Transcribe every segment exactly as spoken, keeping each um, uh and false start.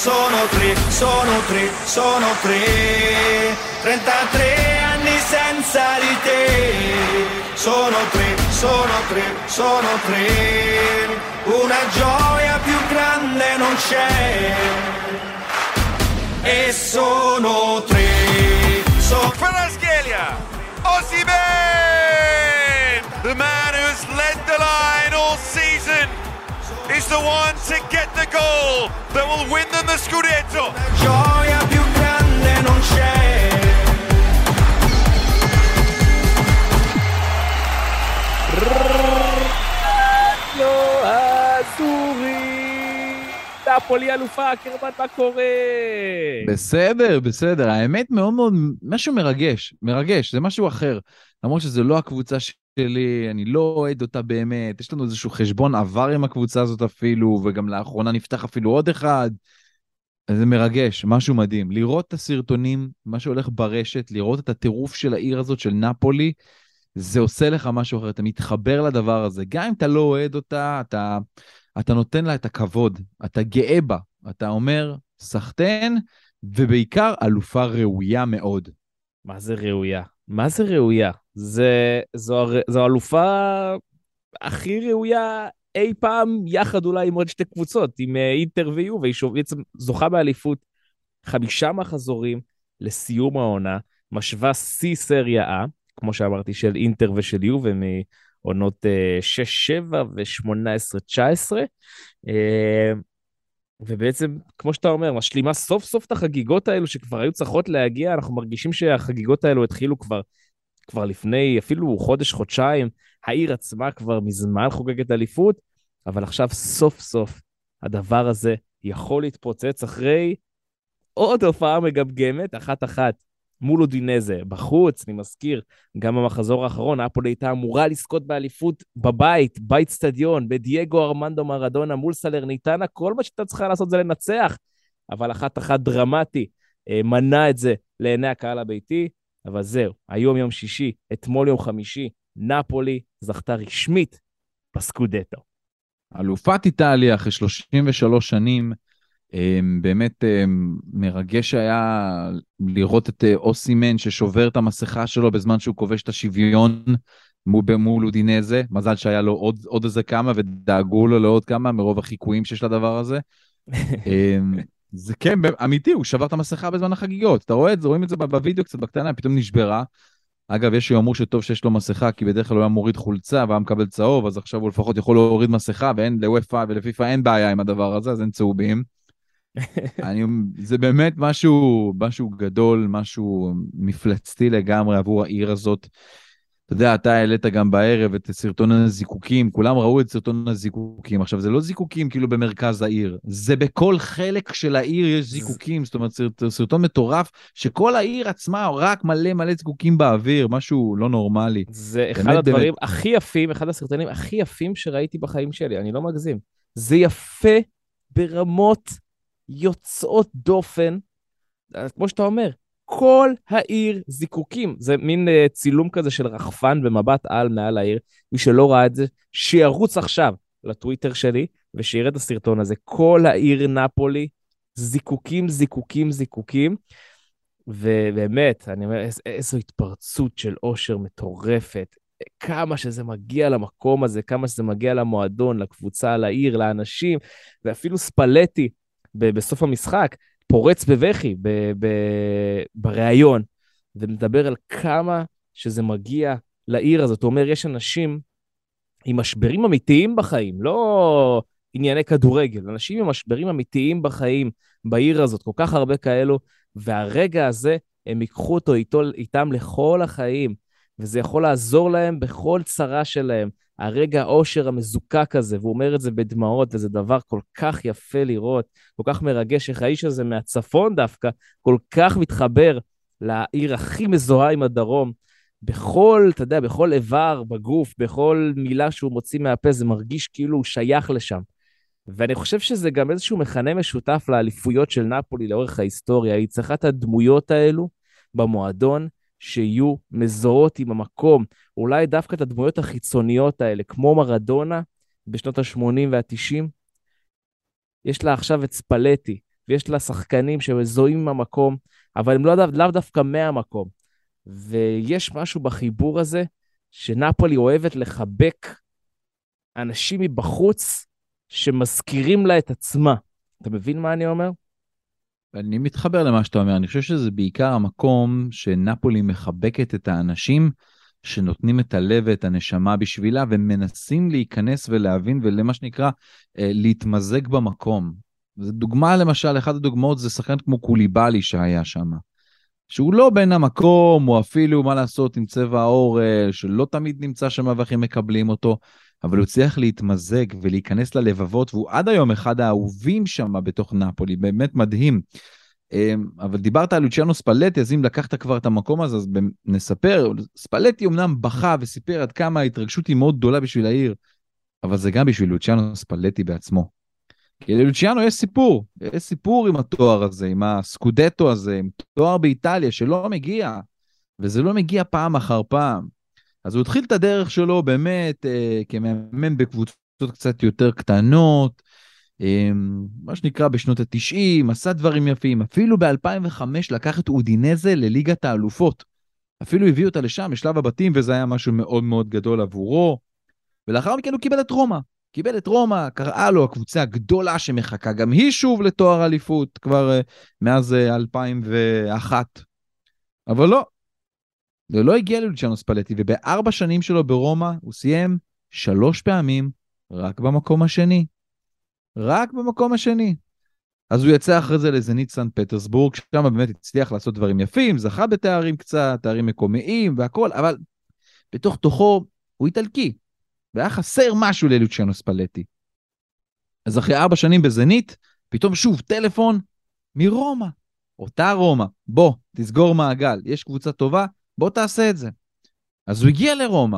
sono tre, sono tre, sono tre, trentatré anni senza di te, sono tre, sono tre, sono tre, una gioia più grande non c'è, e sono tre, sono Kvaratskhelia, Osimhen, the man who's led the line all season, is the one to get the goal that will win them the Scudetto. una gioia più grande non c'è. נפולי אלופה, קרבן, מה קורה? בסדר, בסדר, האמת מאוד מאוד, משהו מרגש, מרגש, זה משהו אחר, למרות שזה לא הקבוצה שלי, אני לא אוהד אותה באמת, יש לנו איזשהו חשבון עבר עם הקבוצה הזאת אפילו, וגם לאחרונה נפתח אפילו עוד אחד, זה מרגש, משהו מדהים, לראות את הסרטונים, מה שהולך ברשת, לראות את הטירוף של העיר הזאת, של נפולי, זה עושה לך משהו אחר, אתה מתחבר לדבר הזה, גם אם אתה לא אוהד אותה, אתה, אתה נותן לה את הכבוד, אתה גאה בה, אתה אומר, סחטן, ובעיקר אלופה ראויה מאוד. מה זה ראויה? מה זה ראויה? זה, זו, זו אלופה הכי ראויה אי פעם, יחד אולי עם עוד שתי קבוצות, עם אינטר ויו, והיא בעצם זוכה באליפות חמישה מחזורים לסיום העונה, משווה סי סריה A, כמו שאמרתי, של אינטר ושל יו, ומעונות שש שבע ו-שמונה עשרה תשע עשרה, ובעצם, כמו שאתה אומר, משלימה סוף סוף את החגיגות האלו, שכבר היו צריכות להגיע, אנחנו מרגישים שהחגיגות האלו התחילו כבר, כבר לפני אפילו חודש, חודשיים, העיר עצמה כבר מזמן חוגגת אליפות, אבל עכשיו סוף סוף הדבר הזה יכול להתפוצץ אחרי עוד הופעה מגמגמת, אחת אחת, מול אודינזה, בחוץ, אני מזכיר, גם במחזור האחרון, נפולי הייתה אמורה לזכות באליפות בבית, בית סטדיון, בדייגו ארמנדו מרדונה, מול סלרניטנה, כל מה שאתה צריכה לעשות זה לנצח, אבל אחת אחת דרמטי, מנע את זה לעיני הקהל הביתי, אבל זהו, היום יום שישי, אתמול יום חמישי, נפולי זכתה רשמית בסקודטו. אלופת איטליה אחרי שלושים ושלוש שנים, באמת מרגש היה לראות את אוסימן ששובר את המסכה שלו בזמן שהוא כובש את השוויון מול אודינזה, מזל שהיה לו עוד, עוד איזה כמה ודאגו לו לעוד כמה מרוב החיקויים שיש לדבר הזה. זה כן, אמיתי, הוא שבר את המסכה בזמן החגיגות, אתה רואה את זה, רואים את זה בווידאו קצת בקטנה, פתאום נשברה. אגב, יש שיאמרו שטוב שיש לו מסכה, כי בדרך כלל הוא היה מוריד חולצה והיה מקבל צהוב, אז עכשיו הוא לפחות יכול להוריד מסכה, ואין לוופא ולפיפא אין בעיה עם הדבר הזה, אז אין צהובים. אני, זה באמת משהו, משהו גדול, משהו מפלצתי לגמרי עבור העיר הזאת. אתה יודע, אתה העלית גם בערב את סרטון הזיקוקים, כולם ראו את סרטון הזיקוקים. עכשיו, זה לא זיקוקים כאילו במרכז העיר, זה בכל חלק של העיר יש זיקוקים, זאת אומרת, סרט, סרטון מטורף, שכל העיר עצמה רק מלא מלא זיקוקים באוויר, משהו לא נורמלי. זה אחד באמת, הדברים באמת... הכי יפים, אחד הסרטונים הכי יפים שראיתי בחיים שלי, אני לא מגזים. זה יפה ברמות יוצאות דופן, כמו שאתה אומר, כל העיר זיקוקים, זה מין uh, צילום כזה של רחפן במבט על מעל העיר, מי שלא ראה את זה, שירוץ עכשיו לטוויטר שלי, ושיראה את הסרטון הזה, כל העיר נפולי, זיקוקים, זיקוקים, זיקוקים, ובאמת, אני אומר, איז, איזו התפרצות של אושר מטורפת, כמה שזה מגיע למקום הזה, כמה שזה מגיע למועדון, לקבוצה, לעיר, לאנשים, ואפילו ספלטי, בסוף המשחק, פורץ בבכי ב- ב- בריאיון, ומדבר על כמה שזה מגיע לעיר הזאת. הוא אומר, יש אנשים עם משברים אמיתיים בחיים, לא ענייני כדורגל, אנשים עם משברים אמיתיים בחיים בעיר הזאת, כל כך הרבה כאלו, והרגע הזה, הם ייקחו אותו איתו, איתם לכל החיים, וזה יכול לעזור להם בכל צרה שלהם. הרגע האושר המזוקק הזה, והוא אומר את זה בדמעות, וזה דבר כל כך יפה לראות, כל כך מרגש, איך האיש הזה מהצפון דווקא, כל כך מתחבר לעיר הכי מזוהה עם הדרום, בכל, אתה יודע, בכל איבר בגוף, בכל מילה שהוא מוציא מהפה, זה מרגיש כאילו הוא שייך לשם. ואני חושב שזה גם איזשהו מכנה משותף לאליפויות של נפולי לאורך ההיסטוריה, היא צריכה את הדמויות האלו במועדון, שיהיו מזוהות עם המקום, אולי דווקא את הדמויות החיצוניות האלה, כמו מרדונה בשנות ה-שמונים וה-תשעים, יש לה עכשיו את ספלטי, ויש לה שחקנים שמזוהים מהמקום, אבל הם לא, לאו דווקא מהמקום. ויש משהו בחיבור הזה, שנפולי אוהבת לחבק אנשים מבחוץ, שמזכירים לה את עצמה. אתה מבין מה אני אומר? אני מתחבר למה שאתה אומר, אני חושב שזה בעיקר המקום שנפולי מחבקת את האנשים, שנותנים את הלב ואת הנשמה בשבילה, ומנסים להיכנס ולהבין, ולמה שנקרא, להתמזג במקום. זו דוגמה למשל, אחת הדוגמאות זה שחקן כמו קוליבאלי שהיה שם, שהוא לא בין המקום, או אפילו מה לעשות עם צבע העור, שלא תמיד נמצא שם והכי מקבלים אותו, אבל הוא צריך להתמזג ולהיכנס ללבבות, והוא עד היום אחד האהובים שם בתוך נפולי, באמת מדהים. אבל דיברת על לוציאנו ספלטי, אז אם לקחת כבר את המקום הזה, אז נספר, ספלטי אמנם בכה וסיפר עד כמה ההתרגשות היא מאוד גדולה בשביל העיר, אבל זה גם בשביל לוציאנו ספלטי בעצמו. כי ללוציאנו יש סיפור, יש סיפור עם התואר הזה, עם הסקודטו הזה, עם תואר באיטליה שלא מגיע, וזה לא מגיע פעם אחר פעם. אז הוא התחיל את הדרך שלו באמת אה, כמאמן בקבוצות קצת יותר קטנות, אה, מה שנקרא בשנות ה-תשעים, עשה דברים יפים, אפילו ב-אלפיים וחמש לקח את אודינזה לליגת האלופות, אפילו הביא אותה לשם, בשלב הבתים, וזה היה משהו מאוד מאוד גדול עבורו, ולאחר מכן הוא קיבל את רומא, קיבל את רומא, קראה לו הקבוצה הגדולה שמחכה, גם היא שוב לתואר אליפות, כבר uh, מאז uh, אלפיים ואחת. אבל לא, זה לא הגיע ללוציאנו ספלטי, ובארבע שנים שלו ברומא הוא סיים שלוש פעמים רק במקום השני. רק במקום השני. אז הוא יצא אחרי זה לזנית סנט פטרסבורג, שם באמת הצליח לעשות דברים יפים, זכה בתארים קצת, תארים מקומיים והכל, אבל בתוך תוכו הוא איטלקי. והיה חסר משהו ללוציאנו ספלטי. אז אחרי ארבע שנים בזנית, פתאום שוב טלפון מרומא, אותה רומא, בוא, תסגור מעגל, יש קבוצה טובה, בוא תעשה את זה. אז הוא הגיע לרומא,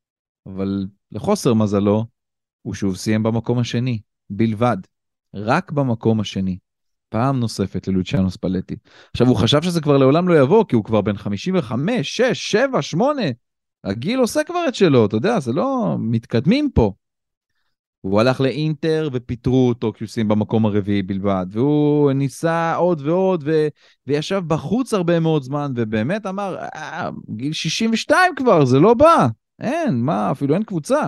אבל לחוסר מזלו, הוא שוב סיים במקום השני, בלבד, רק במקום השני, פעם נוספת ללוציאנו ספלטי. עכשיו הוא חשב שזה כבר לעולם לא יבוא, כי הוא כבר בן חמישים וחמש, שש, שבע, שמונה, הגיל עושה כבר את שלו, אתה יודע, זה לא מתקדמים פה. הוא הלך לאינטר ופיטרו אותו, כי הוא סיים במקום הרביעי בלבד, והוא ניסה עוד ועוד, ו... וישב בחוץ הרבה מאוד זמן, ובאמת אמר, אה, גיל שישים ושתיים כבר, זה לא בא, אין, מה, אפילו אין קבוצה.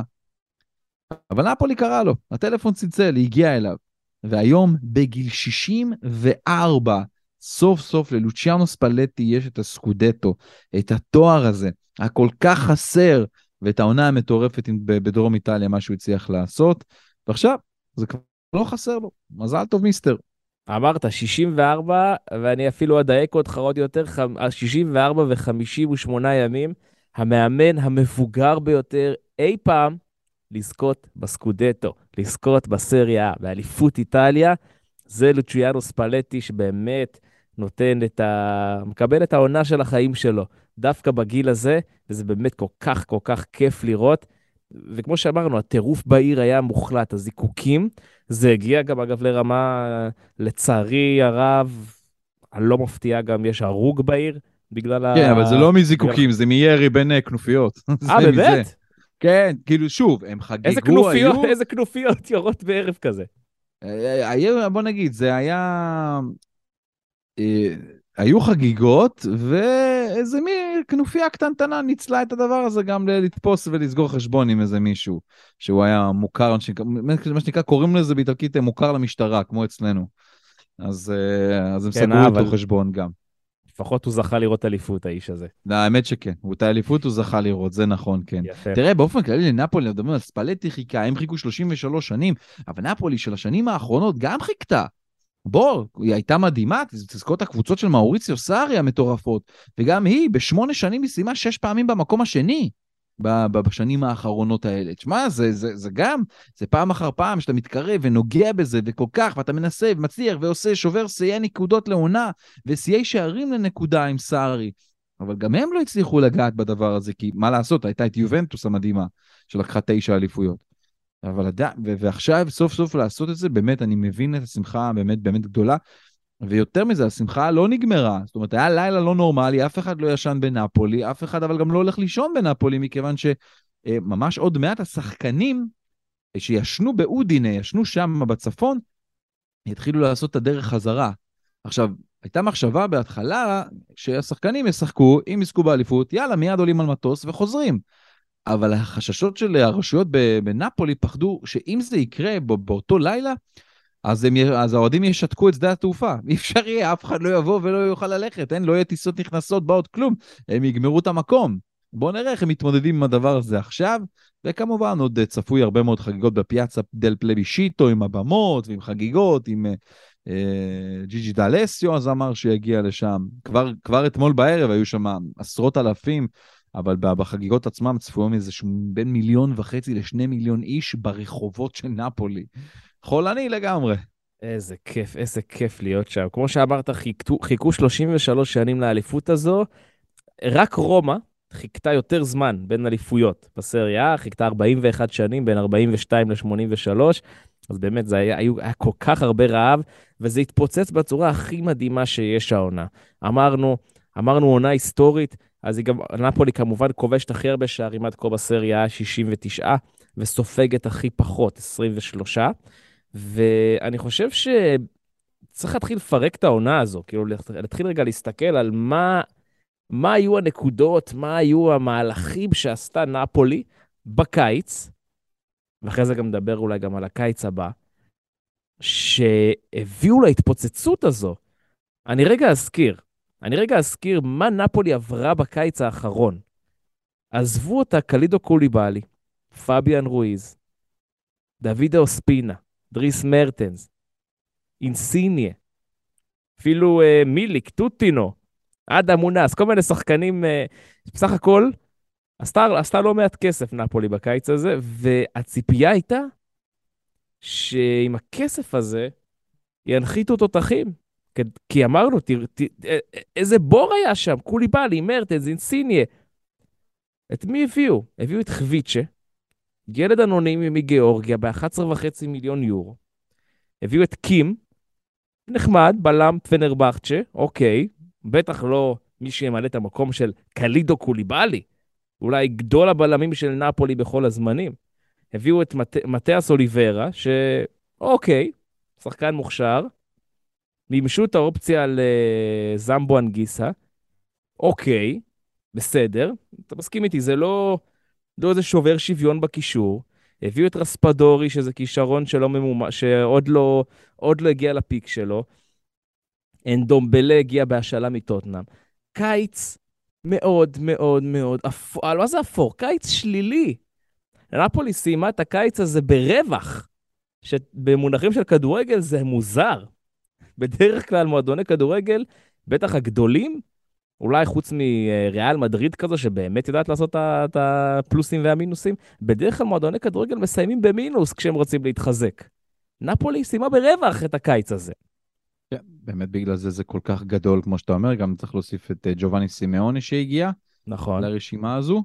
אבל נפולי קרא לו, הטלפון צלצל, היא הגיעה אליו, והיום בגיל שישים וארבע, סוף סוף ללוציאנו ספלטי יש את הסקודטו, את התואר הזה, הכל כך חסר, ואת העונה המטורפת בדרום איטליה, מה שהוא הצליח לעשות, ועכשיו זה כבר לא חסר לו, מזל טוב מיסטר. אמרת שישים וארבע, ואני אפילו אדייק אותך עוד יותר, שישים וארבע ו-חמישים ושמונה ימים, המאמן המבוגר ביותר אי פעם, לזכות בסקודטו, לזכות בסריה, באליפות איטליה, זה לוציאנו ספלטי שבאמת נותן את ה... מקבל את העונה של החיים שלו, דווקא בגיל הזה, וזה באמת כל כך כל כך כיף לראות, וכמו שאמרנו, הטירוף בעיר היה מוחלט, הזיקוקים, זה הגיע גם אגב לרמה, לצערי הרב, הלא מפתיע גם יש הרוג בעיר, בגלל ה... כן, אבל זה לא מזיקוקים, זה מירי בין כנופיות. אה, באמת? כן, כאילו שוב, הם חגגו, איזה כנופיות, היו... איזה כנופיות יורות בערב כזה? בוא נגיד, זה היה... היו חגיגות, ואיזה מי כנופיה קטנטנה ניצלה את הדבר הזה גם לתפוס ולסגור חשבון עם איזה מישהו, שהוא היה מוכר, מה שנקרא, קוראים לזה באיטלקית מוכר למשטרה, כמו אצלנו. אז, אז הם כן, סגרו אבל... איתו חשבון גם. לפחות הוא זכה לראות אליפות, האיש הזה. לא, האמת שכן, את האליפות הוא זכה לראות, זה נכון, כן. יפה. תראה, באופן כללי לנפולי, מדברים על ספלטי חיכה, הם חיכו שלושים ושלוש שנים, אבל נפולי של השנים האחרונות גם חיכתה. בוא, היא הייתה מדהימה, תזכור את הקבוצות של מאוריציו סארי המטורפות, וגם היא בשמונה שנים היא סיימה שש פעמים במקום השני, בשנים האחרונות האלה. תשמע, זה, זה, זה גם, זה פעם אחר פעם שאתה מתקרב ונוגע בזה וכל כך, ואתה מנסה ומצליח ועושה שובר שיאי נקודות לעונה, ושיאי שערים לנקודה עם סארי, אבל גם הם לא הצליחו לגעת בדבר הזה, כי מה לעשות, הייתה את יובנטוס המדהימה, שלקחה תשע אליפויות. אבל ועכשיו סוף סוף לעשות את זה, באמת אני מבין את השמחה באמת באמת גדולה, ויותר מזה, השמחה לא נגמרה, זאת אומרת, היה לילה לא נורמלי, אף אחד לא ישן בנפולי, אף אחד אבל גם לא הולך לישון בנפולי, מכיוון שממש עוד מעט השחקנים שישנו באודינה, ישנו שם בצפון, התחילו לעשות את הדרך חזרה. עכשיו, הייתה מחשבה בהתחלה שהשחקנים ישחקו, אם יזכו באליפות, יאללה, מיד עולים על מטוס וחוזרים. אבל החששות של הרשויות בנפולי פחדו שאם זה יקרה באותו לילה, אז, הם, אז האוהדים ישתקו את שדה התעופה. אי אפשר יהיה, אף אחד לא יבוא ולא יוכל ללכת, אין, לא יהיה טיסות נכנסות, באות כלום, הם יגמרו את המקום. בואו נראה איך הם מתמודדים עם הדבר הזה עכשיו, וכמובן עוד צפוי הרבה מאוד חגיגות בפיאצה דל פלבישיטו, עם הבמות ועם חגיגות, עם אה, ג'יג'י דלסיו, אז אמר שיגיע לשם. כבר, כבר אתמול בערב היו שם עשרות אלפים, אבל בחגיגות עצמם צפויים איזה בין מיליון וחצי לשני מיליון איש ברחובות של נפולי. חולני לגמרי. איזה כיף, איזה כיף להיות שם. כמו שאמרת, חיכו, חיכו שלושים ושלוש שנים לאליפות הזו, רק רומא חיכתה יותר זמן בין אליפויות בסריה, חיכתה ארבעים ואחת שנים, בין ארבעים ושתיים ל-שמונים ושלוש, אז באמת זה היה, היה כל כך הרבה רעב, וזה התפוצץ בצורה הכי מדהימה שיש העונה. אמרנו, אמרנו עונה היסטורית, אז היא גם, נפולי כמובן כובשת הכי הרבה שערים עד כה בסריה, שישים ותשע, וסופגת הכי פחות, עשרים ושלוש, ואני חושב שצריך להתחיל לפרק את העונה הזו, כאילו להתחיל רגע להסתכל על מה, מה היו הנקודות, מה היו המהלכים שעשתה נפולי בקיץ, ואחרי זה גם נדבר אולי גם על הקיץ הבא, שהביאו להתפוצצות הזו. אני רגע אזכיר, אני רגע אזכיר מה נפולי עברה בקיץ האחרון. עזבו אותה קלידו קוליבאלי, פאביאן רואיז, דוד אוספינה, דריס מרטנס, אינסיניה, אפילו אה, מיליק, טוטינו, אדם מונס, כל מיני שחקנים, אה, בסך הכל, עשתה, עשתה לא מעט כסף נפולי בקיץ הזה, והציפייה הייתה שעם הכסף הזה ינחיתו תותחים. כי אמרנו, ת, ת, איזה בור היה שם, קוליבאלי, מרטנס, אינסיניה. את מי הביאו? הביאו את חוויצ'ה, ילד אנונימי מגיאורגיה, ב-אחד עשר וחצי מיליון יורו. הביאו את קים, נחמד, בלם פנרבחצ'ה, אוקיי, בטח לא מי שימלא את המקום של קלידו קוליבאלי, אולי גדול הבלמים של נפולי בכל הזמנים. הביאו את מט... מטאס אוליברה, שאוקיי, שחקן מוכשר, מימשו את האופציה על uh, זמבו אנגיסה, אוקיי, בסדר, אתה מסכים איתי, זה לא, לא איזה שובר שוויון בקישור, הביאו את רספדורי, שזה כישרון שלא ממומש, שעוד לא, עוד לא הגיע לפיק שלו, אנדומבלה הגיע בהשאלה מטוטנהאם. קיץ מאוד מאוד מאוד, אפור, מה זה אפור? קיץ שלילי. נפולי סיימה את הקיץ הזה ברווח, שבמונחים של כדורגל זה מוזר. בדרך כלל מועדוני כדורגל, בטח הגדולים, אולי חוץ מריאל מדריד כזו, שבאמת יודעת לעשות את הפלוסים והמינוסים, בדרך כלל מועדוני כדורגל מסיימים במינוס כשהם רוצים להתחזק. נפולי סיימה ברווח את הקיץ הזה. כן, באמת בגלל זה זה כל כך גדול, כמו שאתה אומר, גם צריך להוסיף את ג'ובאני סימאוני שהגיע, נכון. לרשימה הזו.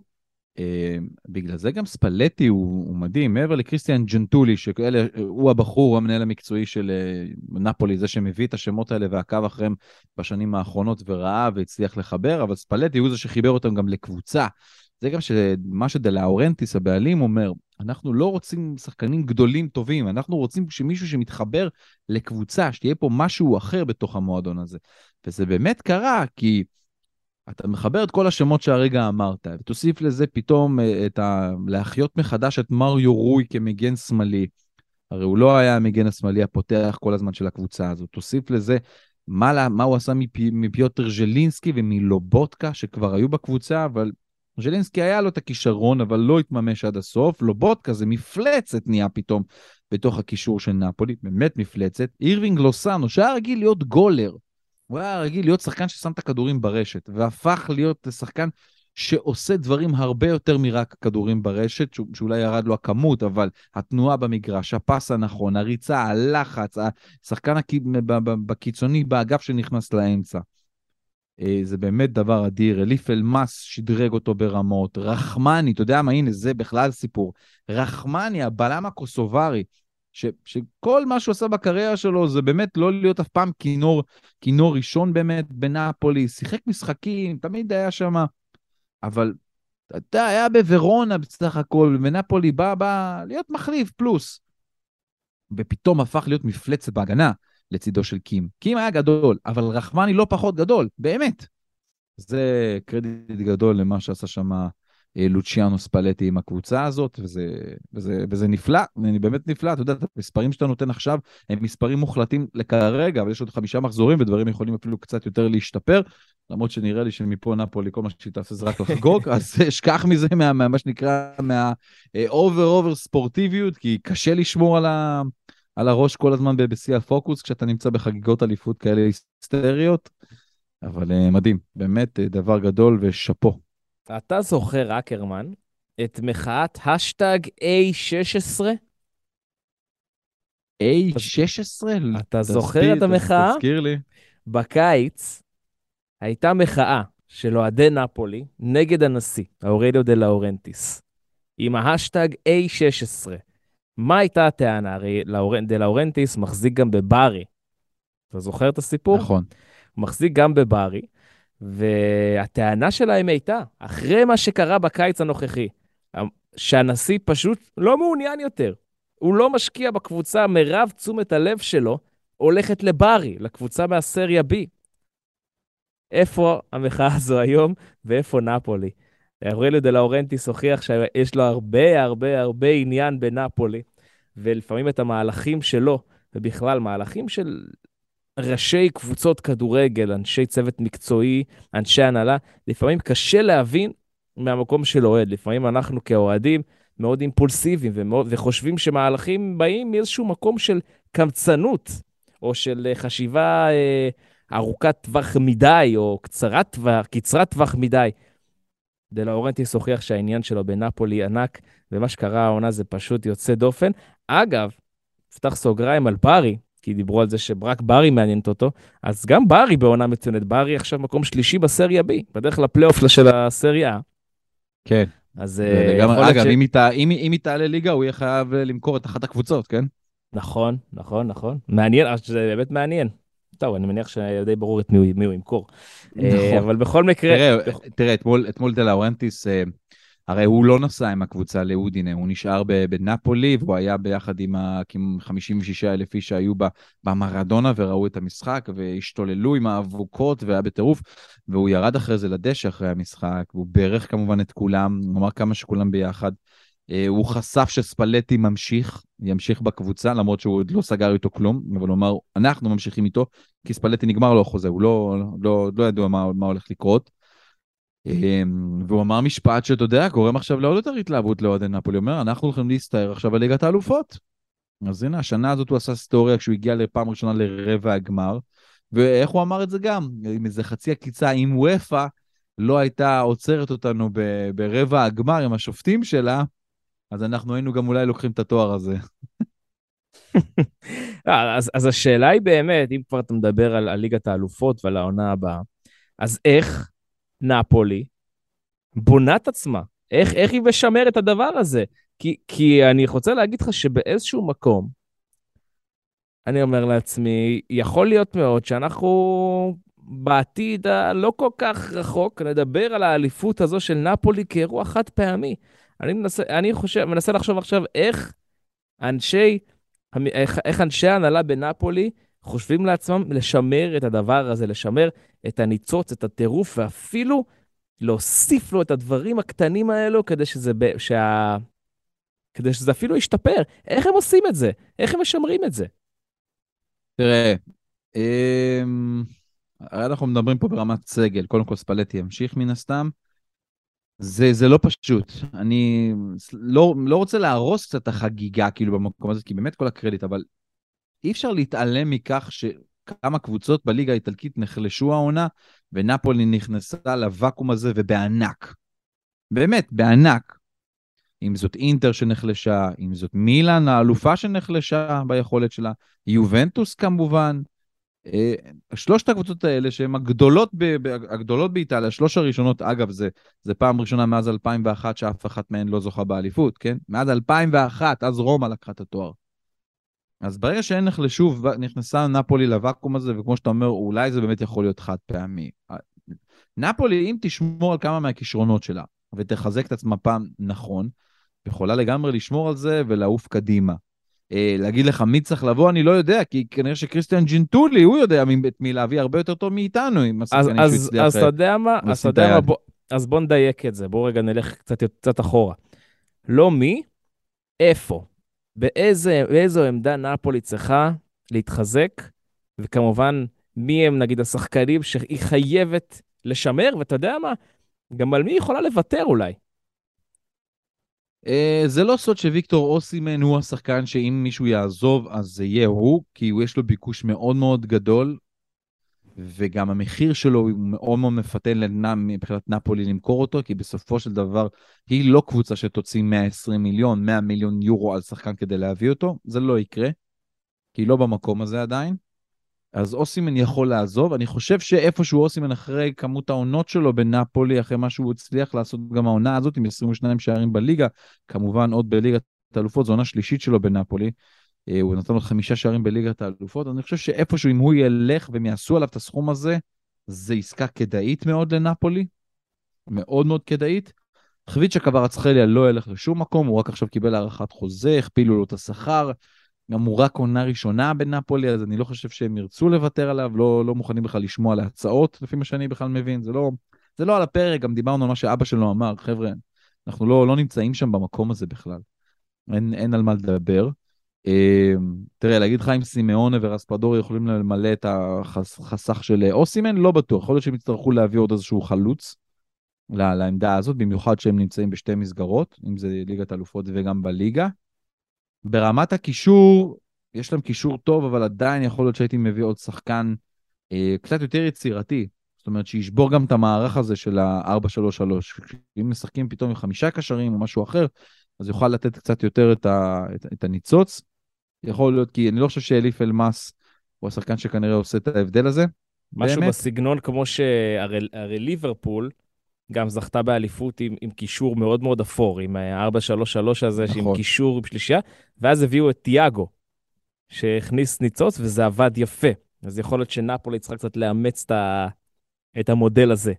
בגלל זה גם ספלטי הוא, הוא מדהים, מעבר לקריסטיאן ג'נטולי, שהוא הבחור, הוא המנהל המקצועי של נפולי, זה שמביא את השמות האלה ועקב אחריהם בשנים האחרונות וראה והצליח לחבר, אבל ספלטי הוא זה שחיבר אותם גם לקבוצה. זה גם מה שדלאורנטיס הבעלים אומר, אנחנו לא רוצים שחקנים גדולים טובים, אנחנו רוצים שמישהו שמתחבר לקבוצה, שתהיה פה משהו אחר בתוך המועדון הזה. וזה באמת קרה, כי אתה מחבר את כל השמות שהרגע אמרת, ותוסיף לזה פתאום את ה... להחיות מחדש את מריו רוי כמגן שמאלי. הרי הוא לא היה המגן השמאלי הפותח כל הזמן של הקבוצה הזאת. תוסיף לזה מה, מה הוא עשה מפי, מפיוטר ז'לינסקי ומלובוטקה, שכבר היו בקבוצה, אבל ז'לינסקי היה לו את הכישרון, אבל לא התממש עד הסוף. לובוטקה זה מפלצת נהיה פתאום בתוך הקישור של נפולי, באמת מפלצת. אירווינג לוסאנו, שהיה רגיל להיות גולר, הוא היה רגיל להיות שחקן ששם את הכדורים ברשת, והפך להיות שחקן שעושה דברים הרבה יותר מרק כדורים ברשת, שאולי ירד לו הכמות, אבל התנועה במגרש, הפס הנכון, הריצה, הלחץ, השחקן בקיצוני באגף שנכנס לאמצע. זה באמת דבר אדיר. אליף אלמאס שדרג אותו ברמות. רחמני, אתה יודע מה, הנה, זה בכלל סיפור. רחמני, הבלם הקוסוברי, ש, שכל מה שהוא עשה בקריירה שלו זה באמת לא להיות אף פעם כינור, כינור ראשון באמת בנאפולי, שיחק משחקים, תמיד היה שם, אבל אתה היה בוורונה בסך הכל, בנאפולי בא, בא להיות מחליף פלוס, ופתאום הפך להיות מפלצת בהגנה, לצידו של קים. קים היה גדול, אבל רחמני לא פחות גדול, באמת. זה קרדיט גדול למה שעשה שם לוציאנו ספלטי עם הקבוצה הזאת, וזה, וזה, וזה נפלא, אני באמת נפלא, אתה יודע, המספרים שאתה נותן עכשיו, הם מספרים מוחלטים לכרגע, אבל יש עוד חמישה מחזורים, ודברים יכולים אפילו קצת יותר להשתפר, למרות שנראה לי שמפה נפולי, כל מה שהיא תעשה זה רק לחגוג, אז אשכח מזה, מה, מה שנקרא, מה-over-over ספורטיביות, כי קשה לשמור על, ה, על הראש כל הזמן בשיא הפוקוס, כשאתה נמצא בחגיגות אליפות כאלה היסטריות, אבל מדהים, באמת דבר גדול ושפו. אתה זוכר, אקרמן, את מחאת השטג איי שש עשרה? איי שש עשרה? אתה זוכר את המחאה? תזכיר לי. בקיץ הייתה מחאה של אוהדי נפולי נגד הנשיא, אאורליו דה לאורנטיס, עם ההשטג איי שש עשרה. מה הייתה הטענה? הרי דה לאורנטיס מחזיק גם בברי. אתה זוכר את הסיפור? נכון. הוא מחזיק גם בברי, והטענה שלהם הייתה, אחרי מה שקרה בקיץ הנוכחי, שהנשיא פשוט לא מעוניין יותר. הוא לא משקיע בקבוצה, מרב תשומת הלב שלו הולכת לברי, לקבוצה מהסריה B. איפה המחאה הזו היום, ואיפה נפולי? אאורליו דה לאורנטיס הוכיח שיש לו הרבה הרבה הרבה עניין בנפולי, ולפעמים את המהלכים שלו, ובכלל מהלכים של ראשי קבוצות כדורגל, אנשי צוות מקצועי, אנשי הנהלה, לפעמים קשה להבין מהמקום של אוהד. לפעמים אנחנו כאוהדים מאוד אימפולסיביים ומאוד, וחושבים שמהלכים באים מאיזשהו מקום של קמצנות, או של חשיבה אה, ארוכת טווח מדי, או קצרת טווח, קצרת טווח מדי. דה לאורנטיס הוכיח שהעניין שלו בנפולי ענק, ומה שקרה העונה זה פשוט יוצא דופן. אגב, פתח סוגריים על ברי, כי דיברו על זה שרק ברי מעניינת אותו, אז גם ברי בעונה מצוינת, ברי עכשיו מקום שלישי בסריה B, בדרך לפלייאוף של הסריה. כן. אז אגב, אם היא תעלה ליגה, הוא יהיה חייב למכור את אחת הקבוצות, כן? נכון, נכון, נכון. מעניין, זה באמת מעניין. טוב, אני מניח שדי ברור את מי הוא ימכור. אבל בכל מקרה... תראה, אתמול דה לאורנטיס, הרי הוא לא נסע עם הקבוצה לאודינה, הוא נשאר בנפולי, והוא היה ביחד עם ה-חמישים ושישה אלף איש שהיו במרדונה, וראו את המשחק, והשתוללו עם האבוקות, והיה בטירוף, והוא ירד אחרי זה לדשא אחרי המשחק, והוא בערך כמובן את כולם, הוא אמר כמה שכולם ביחד, הוא חשף שספלטי ממשיך, ימשיך בקבוצה, למרות שהוא עוד לא סגר איתו כלום, אבל הוא אמר, אנחנו ממשיכים איתו, כי ספלטי נגמר לו החוזה, הוא לא, לא, לא ידוע מה, מה הולך לקרות, והוא אמר משפט שאתה יודע, גורם עכשיו לעוד יותר התלהבות לאוהדי נפולי, הוא אומר, אנחנו הולכים להסתער עכשיו על ליגת האלופות. אז הנה, השנה הזאת הוא עשה סטוריה כשהוא הגיע לפעם ראשונה לרבע הגמר, ואיך הוא אמר את זה גם? עם איזה חצי הקיצה, אם וופא לא הייתה עוצרת אותנו ב- ברבע הגמר עם השופטים שלה, אז אנחנו היינו גם אולי לוקחים את התואר הזה. אז, אז השאלה היא באמת, אם כבר אתה מדבר על, על ליגת האלופות ועל העונה הבאה, אז איך נפולי בונה את עצמה? איך, איך היא משמר את הדבר הזה? כי, כי אני רוצה להגיד לך שבאיזשהו מקום, אני אומר לעצמי, יכול להיות מאוד שאנחנו בעתיד הלא כל כך רחוק, נדבר על האליפות הזו של נפולי כאירוע חד פעמי. אני מנסה, אני חושב, מנסה לחשוב עכשיו איך אנשי, איך, איך אנשי ההנהלה בנפולי חושבים לעצמם לשמר את הדבר הזה, לשמר את הניצוץ, את הטירוף, ואפילו להוסיף לו את הדברים הקטנים האלו, כדי שזה, שה... כדי שזה אפילו ישתפר. איך הם עושים את זה? איך הם משמרים את זה? תראה, אנחנו מדברים פה ברמת סגל, קודם כל ספלטי ימשיך מן הסתם, זה, זה לא פשוט, אני לא, לא רוצה להרוס קצת החגיגה כאילו במקום הזה, כי באמת כל הקרדיט, אבל אי אפשר להתעלם מכך שכמה קבוצות בליגה האיטלקית נחלשו העונה, ונפולי נכנסה לוואקום הזה ובענק, באמת בענק, אם זאת אינטר שנחלשה, אם זאת מילאן, האלופה שנחלשה ביכולת שלה, יובנטוס כמובן, שלושת הקבוצות האלה שהן הגדולות, ב, הגדולות באיטליה, שלוש הראשונות, אגב, זה, זה פעם ראשונה מאז אלפיים ואחת שאף אחת מהן לא זוכה באליפות, כן? מאז אלפיים ואחת, אז רומא לקחה את התואר. אז ברגע שהן נחלשו, נכנסה נפולי לוואקום הזה, וכמו שאתה אומר, אולי זה באמת יכול להיות חד פעמי. נפולי, אם תשמור על כמה מהכישרונות שלה, ותחזק את עצמה פעם נכון, יכולה לגמרי לשמור על זה ולעוף קדימה. אה, להגיד לך מי צריך לבוא, אני לא יודע, כי כנראה שקריסטיאן ג'ינטולי, הוא יודע מי, את מי להביא הרבה יותר טוב מאיתנו, עם אז, השחקנים שהוא אז, הצליח אז אתה אה, יודע מה? אז אתה לשים את יודע מה? היד. בוא, אז בוא נדייק את זה. בוא רגע נלך קצת, קצת אחורה. לא מי, איפה? באיזה, באיזו עמדה נאפולי צריכה להתחזק, וכמובן, מי הם נגיד השחקנים שהיא חייבת לשמר, ואתה יודע מה? גם על מי היא יכולה לוותר אולי. אה, זה לא סוד שוויקטור אוסימן הוא השחקן שאם מישהו יעזוב, אז זה יהיה הוא, כי הוא יש לו ביקוש מאוד מאוד גדול, וגם המחיר שלו הוא מאוד מאוד מפתן לנם מבחינת נפולי למכור אותו, כי בסופו של דבר היא לא קבוצה שתוציא מאה ועשרים מיליון, מאה מיליון יורו על שחקן כדי להביא אותו, זה לא יקרה, כי היא לא במקום הזה עדיין. אז אוסימן יכול לעזוב, אני חושב שאיפשהו אוסימן אחרי כמות העונות שלו בנפולי, אחרי מה שהוא הצליח לעשות גם העונה הזאת עם עשרים ושניים שערים בליגה, כמובן עוד בליגת האלופות, זו עונה שלישית שלו בנפולי, הוא נתן לו חמישה שערים בליגת האלופות, אני חושב שאיפשהו אם הוא ילך והם יעשו עליו את הסכום הזה, זה עסקה כדאית מאוד לנפולי, מאוד מאוד כדאית. חביצ'ה קווארצחליה לא ילך לשום מקום, הוא רק עכשיו קיבל הארכת חוזה, הכפילו לו את השכר, גם הוא רק עונה ראשונה בנפולי, אז אני לא חושב שהם ירצו לוותר עליו, לא, לא מוכנים בכלל לשמוע להצעות, לפי מה שאני בכלל מבין, זה לא, זה לא על הפרק, גם דיברנו על מה שאבא שלו אמר, חבר'ה, אנחנו לא, לא נמצאים שם במקום הזה בכלל, אין, אין על מה לדבר. תראה, להגיד לך אם סימאונה ורספדורי יכולים למלא את החסך של אוסימן, לא בטוח, יכול להיות שהם יצטרכו להביא עוד איזשהו חלוץ לעמדה הזאת, במיוחד שהם נמצאים בשתי מסגרות, אם זה ליגת אלופות וגם בליגה. ברמת הקישור, יש להם קישור טוב, אבל עדיין יכול להיות שהייתי מביא עוד שחקן אה, קצת יותר יצירתי, זאת אומרת שישבור גם את המערך הזה של ה-ארבע שלוש שלוש, אם משחקים פתאום עם חמישה קשרים או משהו אחר, אז יוכל לתת קצת יותר את, ה, את, את הניצוץ, יכול להיות, כי אני לא חושב שאליף אלמאס הוא השחקן שכנראה עושה את ההבדל הזה. משהו באמת. בסגנון כמו שהרי ליברפול גם זכתה באליפות עם, עם קישור מאוד מאוד אפור, עם ה-ארבע שלוש שלוש הזה, נכון. עם קישור עם שלישייה, ואז הביאו את תיאגו, שהכניס ניצוץ וזה עבד יפה. אז יכול להיות שנאפולי צריכה קצת לאמץ את, ה, את המודל הזה.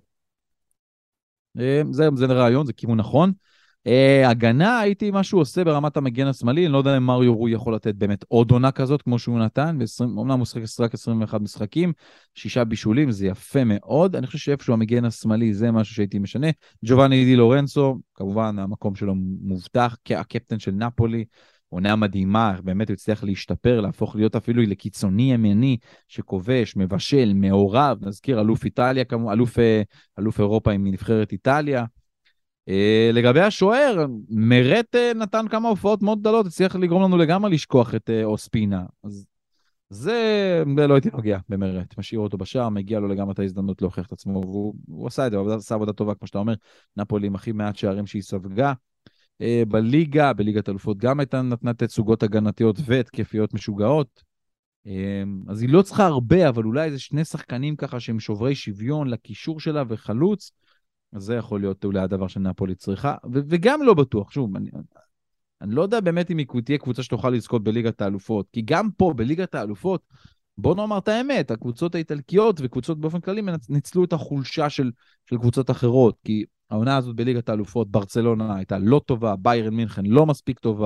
זה, זה רעיון, זה כיוון נכון. Uh, הגנה, הייתי מה שהוא עושה ברמת המגן השמאלי, אני לא יודע אם מריו רוי יכול לתת באמת עוד עונה כזאת כמו שהוא נתן, ואומנם הוא שחק רק עשרים ואחד משחקים, שישה בישולים, זה יפה מאוד, אני חושב שאיפשהו המגן השמאלי זה משהו שהייתי משנה. ג'ובאני די לורנצו, כמובן המקום שלו מובטח, כהקפטן של נפולי, עונה מדהימה, באמת הוא הצליח להשתפר, להפוך להיות אפילו לקיצוני ימני, שכובש, מבשל, מעורב, נזכיר אלוף איטליה, אלוף, אלוף אירופה עם נבחרת איטליה. Uh, לגבי השוער, מרט uh, נתן כמה הופעות מאוד גדולות, הצליח לגרום לנו לגמרי לשכוח את uh, אוספינה. אז זה, זה לא הייתי נוגע במרט, משאיר אותו בשער, מגיע לו לגמרי את ההזדמנות להוכיח את עצמו, והוא הוא עשה את זה, הוא עשה עבודה טובה, כמו שאתה אומר, נפולי עם הכי מעט שערים שהיא ספגה. Uh, בליגה, בליגת אלופות גם הייתה נתנה תצוגות הגנתיות והתקפיות משוגעות, uh, אז היא לא צריכה הרבה, אבל אולי איזה שני שחקנים ככה שהם שוברי שוויון לקישור שלה וחלוץ, אז זה יכול להיות אולי הדבר שנאפולי צריכה, ו- וגם לא בטוח, שוב, אני, אני לא יודע באמת אם היא תהיה קבוצה שתוכל לזכות בליגת האלופות, כי גם פה בליגת האלופות, בוא נאמר את האמת, הקבוצות האיטלקיות וקבוצות באופן כללי ניצלו את החולשה של, של קבוצות אחרות, כי העונה הזאת בליגת האלופות, ברצלונה הייתה לא טובה, ביירן מינכן לא מספיק טובה,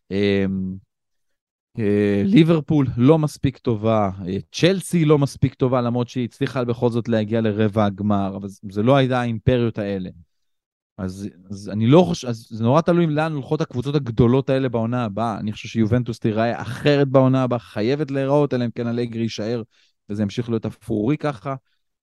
ליברפול לא מספיק טובה, צ'לסי לא מספיק טובה, למרות שהיא הצליחה בכל זאת להגיע לרבע הגמר, אבל זה לא הייתה האימפריות האלה. אז, אז אני לא חושב, אז זה נורא תלוי לאן הולכות הקבוצות הגדולות האלה בעונה הבאה. אני חושב שיובנטוס תיראה אחרת בעונה הבאה, חייבת להיראות, אלא אם כן אלגרי יישאר, וזה ימשיך להיות אפורי ככה.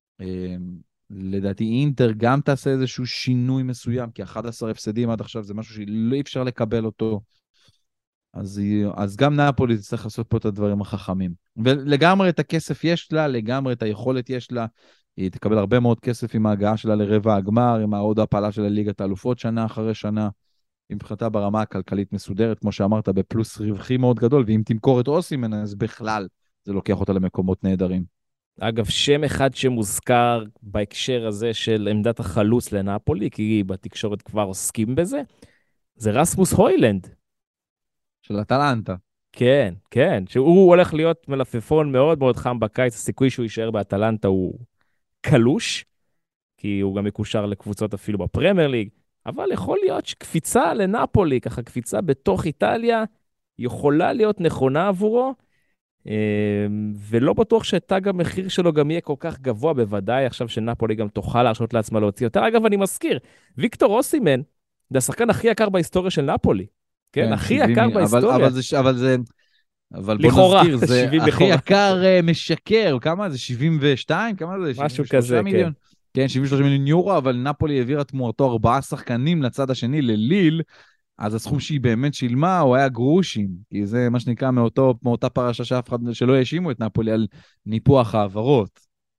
לדעתי אינטר גם תעשה איזשהו שינוי מסוים, כי אחד עשר הפסדים עד עכשיו זה משהו שלא אפשר לקבל אותו. אז, אז גם נאפולי צריך לעשות פה את הדברים החכמים. ולגמרי את הכסף יש לה, לגמרי את היכולת יש לה, היא תקבל הרבה מאוד כסף עם ההגעה שלה לרבע הגמר, עם העוד הפעלה של הליגת האלופות שנה אחרי שנה, עם מבחינתה ברמה הכלכלית מסודרת, כמו שאמרת, בפלוס רווחי מאוד גדול, ואם תמכור את אוסימן, אז בכלל זה לוקח אותה למקומות נהדרים. אגב, שם אחד שמוזכר בהקשר הזה של עמדת החלוץ לנאפולי, כי בתקשורת כבר עוסקים בזה, זה רסמוס הוילנד. של אטלנטה. כן, כן, שהוא הולך להיות מלפפון מאוד מאוד חם בקיץ, הסיכוי שהוא יישאר באטלנטה הוא קלוש, כי הוא גם מקושר לקבוצות אפילו בפרמייר ליג, אבל יכול להיות שקפיצה לנאפולי, ככה קפיצה בתוך איטליה, יכולה להיות נכונה עבורו, ולא בטוח שתג המחיר שלו גם יהיה כל כך גבוה, בוודאי עכשיו שנפולי גם תוכל להרשות לעצמה להוציא יותר. אגב, אני מזכיר, ויקטור אוסימן, זה השחקן הכי יקר בהיסטוריה של נפולי. כן, הכי יקר בהיסטוריה. אבל זה, אבל זה, אבל בוא לכאורה, נזכיר, זה שבעים הכי לכאורה. יקר משקר, כמה זה? שבעים ושתיים? כמה זה? משהו כזה, מיליון? כן, שבעים ושלושה מיליון יורו, אבל נפולי העבירה תמורתו ארבעה שחקנים לצד השני, לליל, אז הסכום שהיא באמת שילמה, הוא היה גרושים, כי זה מה שנקרא מאותו, מאותה פרשה שאף אחד, שלא האשימו את נפולי על ניפוח העברות.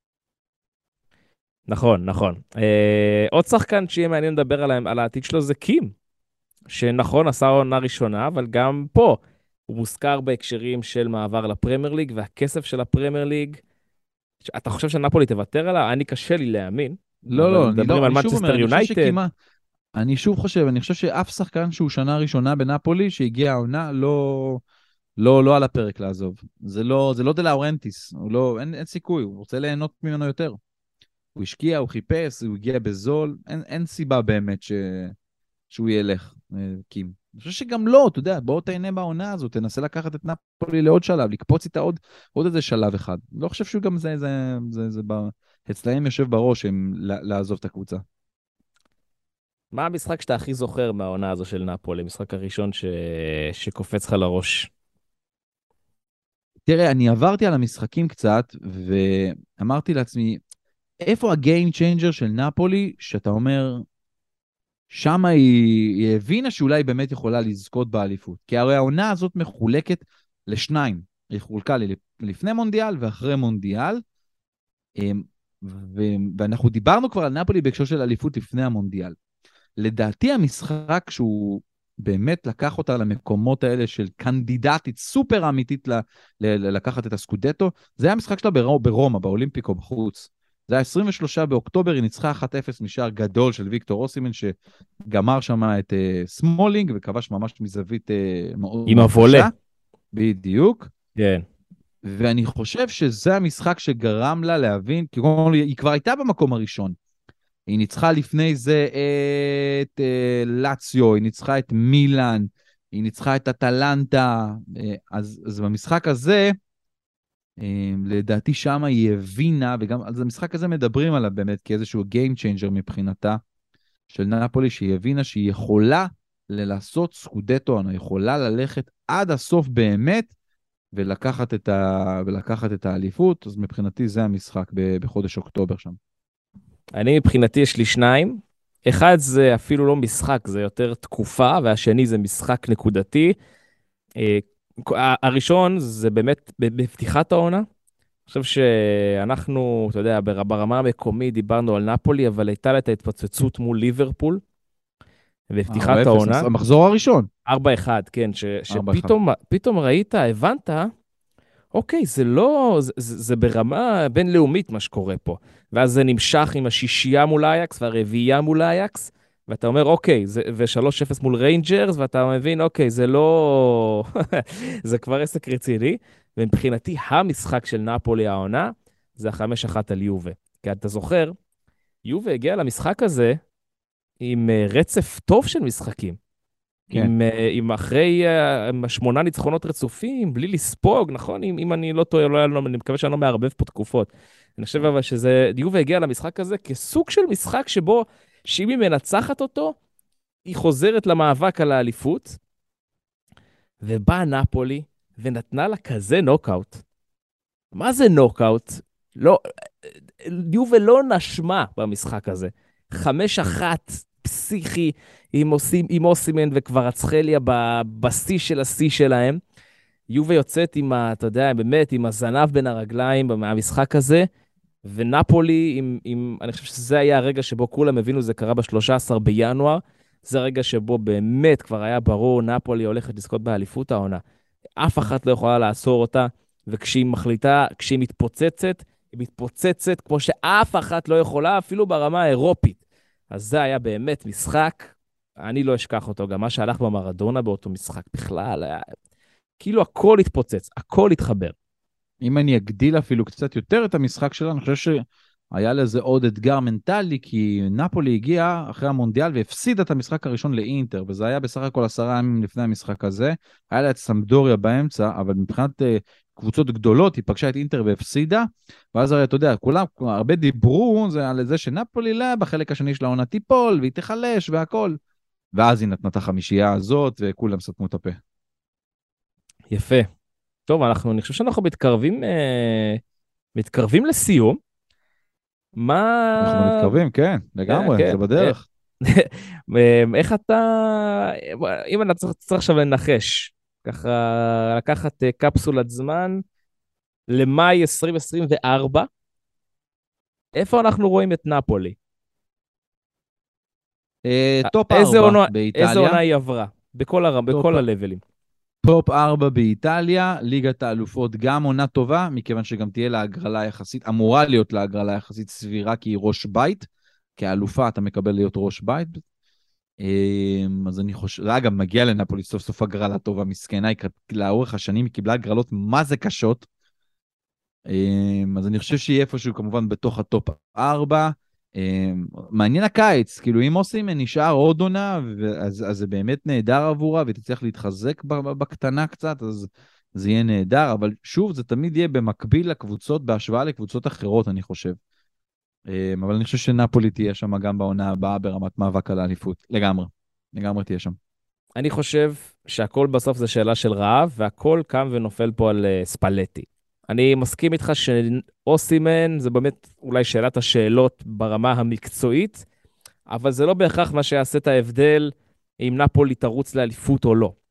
נכון, נכון. אה, עוד שחקן שיהיה מעניין לדבר עליהם, על העתיד שלו זה קים, שנכון, עשה עונה ראשונה, אבל גם פה הוא מוזכר בהקשרים של מעבר לפרמייר ליג, והכסף של הפרמייר ליג, אתה חושב שנפולי תוותר עליו? אני קשה לי להאמין. לא, לא, אני לא, על אני שוב אומר, אני חושב יונייטד. שכמעט, אני שוב חושב, אני חושב שאף שחקן שהוא שנה ראשונה בנפולי, שהגיע העונה, לא, לא, לא על הפרק לעזוב. זה לא, זה לא דה לאורנטיס, הוא לא, אין, אין סיכוי, הוא רוצה ליהנות ממנו יותר. הוא השקיע, הוא חיפש, הוא הגיע בזול, אין, אין סיבה באמת ש, שהוא ילך, קים. אני חושב שגם לא, אתה יודע, בוא תהנה בעונה הזו, תנסה לקחת את נפולי לעוד שלב, לקפוץ איתה עוד, עוד איזה שלב אחד. לא חושב שהוא גם זה, זה, זה, זה, זה אצלהם יושב בראש, הם לעזוב את הקבוצה. מה המשחק שאתה הכי זוכר מהעונה הזו של נפולי? המשחק הראשון ש... שקופץ לך לראש. תראה, אני עברתי על המשחקים קצת, ואמרתי לעצמי, איפה הגיים צ'יינג'ר של נפולי, שאתה אומר, שמה היא, היא הבינה שאולי באמת יכולה לזכות באליפות. כי הרי העונה הזאת מחולקת לשניים. היא חולקה לפני מונדיאל ואחרי מונדיאל, ו... ואנחנו דיברנו כבר על נפולי בהקשר של אליפות לפני המונדיאל. לדעתי המשחק שהוא באמת לקח אותה למקומות האלה של קנדידטית סופר אמיתית ל- ל- לקחת את הסקודטו, זה היה המשחק שלה בר- ברומא, באולימפיקו בחוץ. זה היה עשרים ושלושה באוקטובר, היא ניצחה אחת אפס משער גדול של ויקטור אוסימן, שגמר שם את uh, סמולינג, וכבש ממש מזווית uh, מאוד עם הוולה. בדיוק. כן. ואני חושב שזה המשחק שגרם לה להבין, כי היא כבר הייתה במקום הראשון. היא ניצחה לפני זה את uh, לציו, היא ניצחה את מילאן, היא ניצחה את אטלנטה, uh, אז, אז במשחק הזה, uh, לדעתי שמה היא הבינה, וגם על המשחק הזה מדברים עליו באמת, כאיזשהו game changer מבחינתה, של נפולי, שהיא הבינה שהיא יכולה לעשות סקודטו, היא יכולה ללכת עד הסוף באמת, ולקחת את, ה, ולקחת את האליפות, אז מבחינתי זה המשחק בחודש אוקטובר שם. אני מבחינתי יש לי שניים, אחד זה אפילו לא משחק, זה יותר תקופה, והשני זה משחק נקודתי. הראשון זה באמת בפתיחת העונה. אני חושב שאנחנו, אתה יודע, ברמה המקומית דיברנו על נפולי, אבל הייתה לה את ההתפוצצות מול ליברפול, בפתיחת העונה. המחזור הראשון. ארבע אחד, כן, שפתאום ראית, הבנת, אוקיי, זה לא, זה, זה ברמה בינלאומית מה שקורה פה. ואז זה נמשך עם השישייה מול אייקס והרביעייה מול אייקס, ואתה אומר, אוקיי, זה, ו-שלוש אפס מול ריינג'רס, ואתה מבין, אוקיי, זה לא... זה כבר עסק רציני, ומבחינתי המשחק של נפולי העונה, זה החמש אחת על יובה. כי אתה זוכר, יובה הגיע למשחק הזה עם רצף טוב של משחקים. כן. עם, עם אחרי עם שמונה ניצחונות רצופים, בלי לספוג, נכון? אם, אם אני לא טועה, לא, לא, אני מקווה שאני לא מערבב פה תקופות. אני חושב אבל שזה, יובה הגיע למשחק הזה כסוג של משחק שבו, שאם היא מנצחת אותו, היא חוזרת למאבק על האליפות, ובאה נפולי, ונתנה לה כזה נוקאוט. מה זה נוקאוט? לא, יובה לא נשמה במשחק הזה. חמש אחת פסיכי עם, עושים, עם אוסימן וכבר אצחליה בשיא של השיא שלהם. יובה יוצאת עם, ה, אתה יודע, באמת, עם הזנב בין הרגליים מהמשחק הזה, ונפולי, עם, עם, אני חושב שזה היה הרגע שבו כולם הבינו, זה קרה ב-שלושה עשר בינואר, זה הרגע שבו באמת כבר היה ברור, נפולי הולכת לזכות באליפות העונה. אף אחת לא יכולה לאסור אותה, וכשהיא מחליטה, כשהיא מתפוצצת, היא מתפוצצת כמו שאף אחת לא יכולה, אפילו ברמה האירופית. אז זה היה באמת משחק, אני לא אשכח אותו, גם מה שהלך במרדונה באותו משחק בכלל, היה, כאילו הכל התפוצץ, הכל התחבר. אם אני אגדיל אפילו קצת יותר את המשחק שלה, אני חושב היה לזה עוד אתגר מנטלי, כי נפולי הגיעה אחרי המונדיאל והפסידה את המשחק הראשון לאינטר, וזה היה בסך הכל עשרה ימים לפני המשחק הזה. היה לה את סמדוריה באמצע, אבל מבחינת uh, קבוצות גדולות, היא פגשה את אינטר והפסידה, ואז הרי אתה יודע, כולם, הרבה דיברו זה, על זה שנפולי לה, בחלק השני של העונה תיפול, והיא תחלש והכל. ואז היא נתנה את החמישייה הזאת, וכולם סתמו את הפה. יפה. טוב, אנחנו, אני חושב שאנחנו מתקרבים, אה, מתקרבים לסיום. מה... אנחנו מתקרבים, כן, לגמרי, כן, זה בדרך. איך אתה, אם אני צריך, צריך עכשיו לנחש, ככה לקחת קפסולת זמן למאי עשרים עשרים וארבע, איפה אנחנו רואים את נפולי? טופ איזה ארבע עונה, באיטליה. איזה עונה היא עברה? בכל, הר... בכל הלבלים. טופ ארבע באיטליה, ליגת האלופות גם עונה טובה, מכיוון שגם תהיה לה הגרלה יחסית, אמורה להיות לה הגרלה יחסית סבירה, כי היא ראש בית, כאלופה אתה מקבל להיות ראש בית. אז אני חושב, אגב, מגיע לנפולי סוף סוף הגרלה טובה, מסכנה, לאורך השנים היא קיבלה הגרלות מה זה קשות. אז אני חושב שהיא איפשהו כמובן בתוך הטופ ארבע. מעניין הקיץ, כאילו אם עושים נשאר עוד עונה, אז, אז זה באמת נהדר עבורה, והיא תצליח להתחזק בקטנה קצת, אז זה יהיה נהדר, אבל שוב, זה תמיד יהיה במקביל לקבוצות, בהשוואה לקבוצות אחרות, אני חושב. אבל אני חושב שנפולי תהיה שם גם בעונה הבאה, ברמת מאבק על האליפות. לגמרי, לגמרי תהיה שם. אני חושב שהכל בסוף זה שאלה של רעב, והכל קם ונופל פה על uh, ספלטי. אני מסכים איתך שאוסימן זה באמת אולי שאלת השאלות ברמה המקצועית, אבל זה לא בהכרח מה שיעשה את ההבדל אם נפולי תרוץ לאליפות או לא.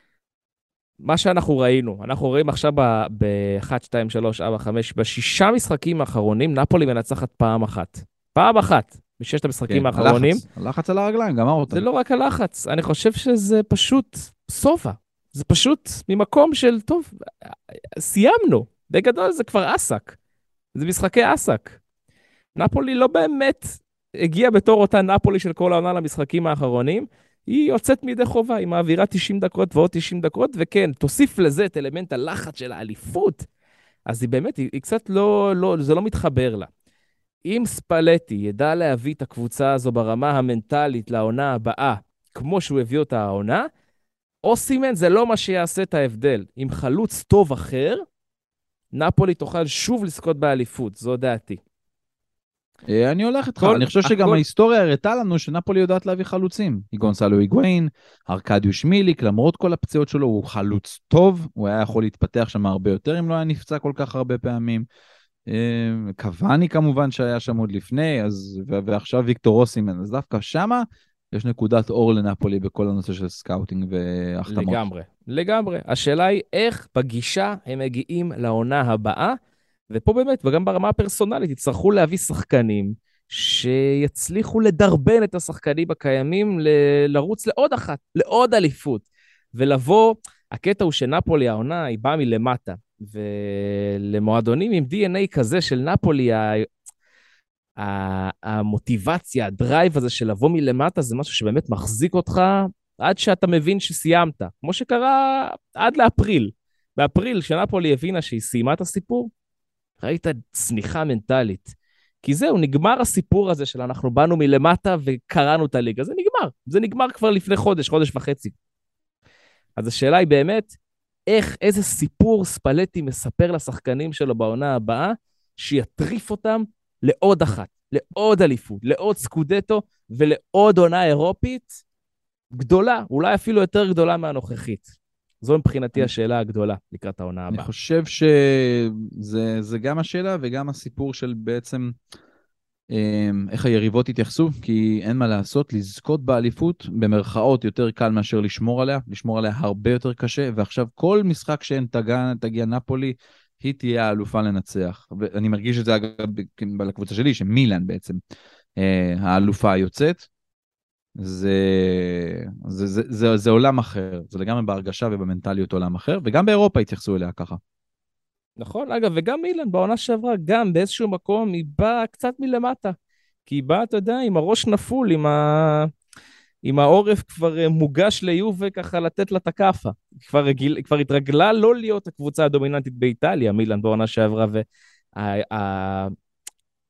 מה שאנחנו ראינו, אנחנו רואים עכשיו ב-אחת, שתיים, שלוש, ארבע, חמש, בשישה משחקים האחרונים, נפולי מנצחת פעם אחת. פעם אחת, בששת המשחקים כן, האחרונים. הלחץ, הלחץ על הרגליים, גמר אותה. זה לא רק הלחץ, אני חושב שזה פשוט סובה. זה פשוט ממקום של, טוב, סיימנו. בגדול זה כבר עסק. זה משחקי עסק. נפולי לא באמת הגיעה בתור אותה נפולי של כל העונה למשחקים האחרונים, היא יוצאת מידי חובה, היא מעבירה תשעים דקות ועוד תשעים דקות, וכן, תוסיף לזה את אלמנט הלחץ של האליפות, אז היא באמת, היא, היא קצת לא, לא, זה לא מתחבר לה. אם ספלטי ידע להביא את הקבוצה הזו ברמה המנטלית לעונה הבאה, כמו שהוא הביא אותה העונה, אוסימן זה לא מה שיעשה את ההבדל. עם חלוץ טוב אחר, נפולי תוכל שוב לזכות באליפות, זו דעתי. אני הולך איתך, אני חושב שגם ההיסטוריה הראתה לנו שנפולי יודעת להביא חלוצים. גונסלו היגואין, ארקדיוש מיליק, למרות כל הפציעות שלו, הוא חלוץ טוב, הוא היה יכול להתפתח שם הרבה יותר אם לא היה נפצע כל כך הרבה פעמים. קוואני כמובן שהיה שם עוד לפני, אז, ועכשיו ויקטור אוסימן, אז דווקא שמה יש נקודת אור לנפולי בכל הנושא של סקאוטינג והחתמות. לגמרי, לגמרי. השאלה היא איך בגישה הם מגיעים לעונה הבאה, ופה באמת, וגם ברמה הפרסונלית, יצטרכו להביא שחקנים שיצליחו לדרבן את השחקנים הקיימים ל- לרוץ לעוד אחת, לעוד אליפות. ולבוא, הקטע הוא שנפולי העונה היא באה מלמטה, ולמועדונים עם די אן איי כזה של נפולי, ה- ה- המוטיבציה, הדרייב הזה של לבוא מלמטה, זה משהו שבאמת מחזיק אותך עד שאתה מבין שסיימת, כמו שקרה עד לאפריל. באפריל, כשנפולי הבינה שהיא סיימה את הסיפור, ראית צניחה מנטלית. כי זהו, נגמר הסיפור הזה של אנחנו באנו מלמטה וקראנו את הליגה. זה נגמר. זה נגמר כבר לפני חודש, חודש וחצי. אז השאלה היא באמת, איך, איזה סיפור ספלטי מספר לשחקנים שלו בעונה הבאה, שיטריף אותם לעוד אחת, לעוד אליפות, לעוד סקודטו, ולעוד עונה אירופית גדולה, אולי אפילו יותר גדולה מהנוכחית. זו מבחינתי השאלה הגדולה לקראת העונה הבאה. אני חושב שזה זה גם השאלה וגם הסיפור של בעצם איך היריבות התייחסו, כי אין מה לעשות, לזכות באליפות במרכאות יותר קל מאשר לשמור עליה, לשמור עליה הרבה יותר קשה, ועכשיו כל משחק שאין תגיע, תגיע נפולי, היא תהיה האלופה לנצח. ואני מרגיש את זה אגב לקבוצה שלי, שמילאן בעצם האלופה היוצאת, זה, זה, זה, זה, זה עולם אחר, זה לגמרי בהרגשה ובמנטליות עולם אחר, וגם באירופה התייחסו אליה ככה. נכון, אגב, וגם מילאן בעונה שעברה, גם באיזשהו מקום, היא באה קצת מלמטה, כי היא באה, אתה יודע, עם הראש נפול, עם, ה... עם העורף כבר מוגש ליובה ככה לתת לה את הכאפה. כבר, רגיל... כבר התרגלה לא להיות הקבוצה הדומיננטית באיטליה, מילאן בעונה שעברה, וה...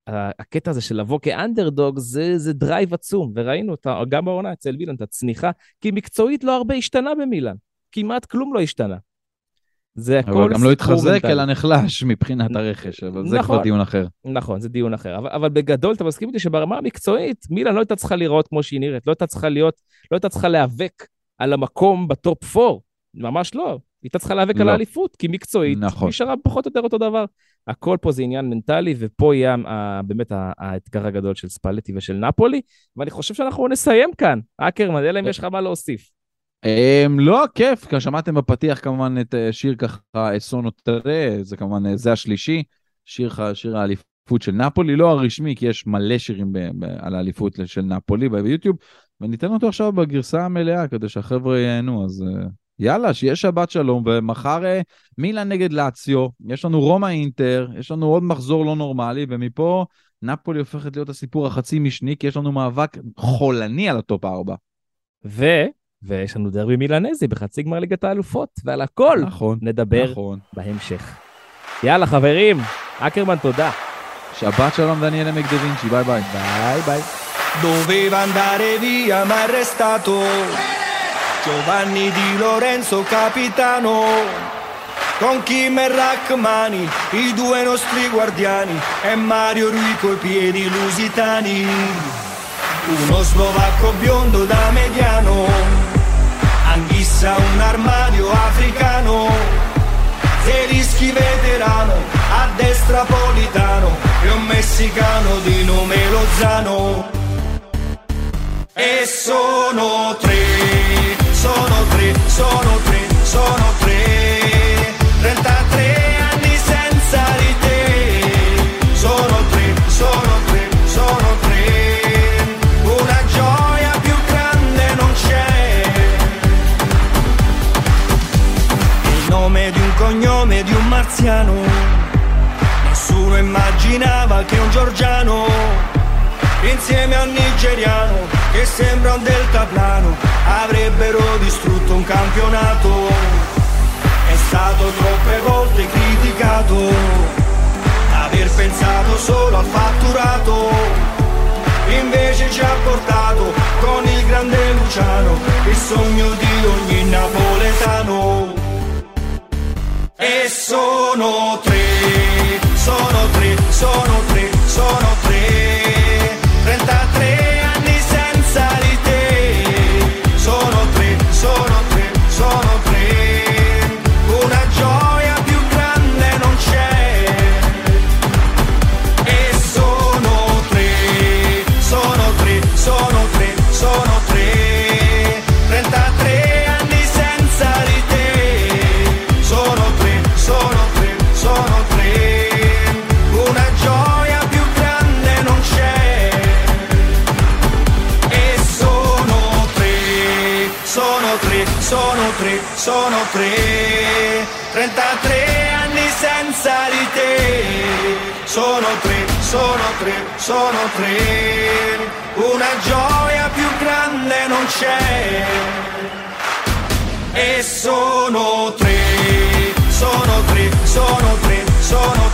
הקטע הזה של לבוא כאנדרדוג, זה, זה דרייב עצום, וראינו אותה, גם בעונה אצל מילאן, את הצניחה, כי מקצועית לא הרבה השתנה במילאן, כמעט כלום לא השתנה. זה הכל אבל גם לא התחזק, אלא נחלש מבחינת הרכש, אבל זה נכון, כבר דיון אחר. נכון, זה דיון אחר, אבל, אבל בגדול אתה מסכים איתי שברמה המקצועית, מילאן לא הייתה צריכה לראות כמו שהיא נראית, לא הייתה צריכה להיות, לא הייתה צריכה להיאבק על המקום בטופ ארבע, ממש לא, היא הייתה צריכה להיאבק לא. על האליפות, כי מקצועית, נכון. נשארה פחות או יותר אותו דבר. הכל פה זה עניין מנטלי, ופה יהיה באמת האתגר הגדול של ספלטי ושל נפולי, ואני חושב שאנחנו נסיים כאן. אקרמן, אלא אם יש לך מה להוסיף. לא, כיף, כי שמעתם בפתיח כמובן את שיר ככה, סונו טרה, זה כמובן, זה השלישי, שיר, שיר האליפות של נפולי, לא הרשמי, כי יש מלא שירים על האליפות של נפולי ביוטיוב, וניתן אותו עכשיו בגרסה המלאה, כדי שהחבר'ה ייהנו, אז יאללה, שיהיה שבת שלום, ומחר מילאן נגד לאציו, יש לנו רומא אינטר, יש לנו עוד מחזור לא נורמלי, ומפה נפולי הופכת להיות הסיפור החצי משני, כי יש לנו מאבק חולני על הטופ ארבע. ו... ויש לנו דרבי מילאנזי בחצי גמר ליגת האלופות, ועל הכל נכון, נדבר נכון. בהמשך. יאללה חברים, אקרמן תודה. שבת שלום דניאל עמק דה וינצ'י, ביי ביי. ביי ביי. Doveva andare via ma è restato Giovanni Di Lorenzo capitano con Kim e Rachmani, i due nostri guardiani, e Mario Rui coi piedi lusitani. Uno slovacco biondo da mediano, Anghissa un armadio africano, Zelinski veterano, a destra Politano e un messicano di nome Lozano. E sono tre, sono tre, sono tre, sono tre, trentatré anni senza di te. Sono tre, sono tre, sono tre, una gioia più grande non c'è. Il nome di un cognome di un marziano, nessuno immaginava che un georgiano insieme a un nigeriano che sembra un deltaplano avrebbero distrutto un campionato. È stato troppe volte criticato aver pensato solo al fatturato, invece ci ha portato con il grande Luciano il sogno di ogni napoletano. E sono tre, sono tre, sono tre, sono tre, trentatré anni senza di te. Sono tre, sono tre, sono tre, una gioia più grande non c'è. E sono tre, sono tre, sono tre, sono tre, trentatré anni senza di te. Sono tre, sono tre, sono tre, una gioia più grande non c'è. Sono tre, sono tre, sono tre, trentatré anni senza di te. Sono tre, sono tre, sono tre, una gioia più grande non c'è. E sono tre, sono tre, sono tre, sono tre.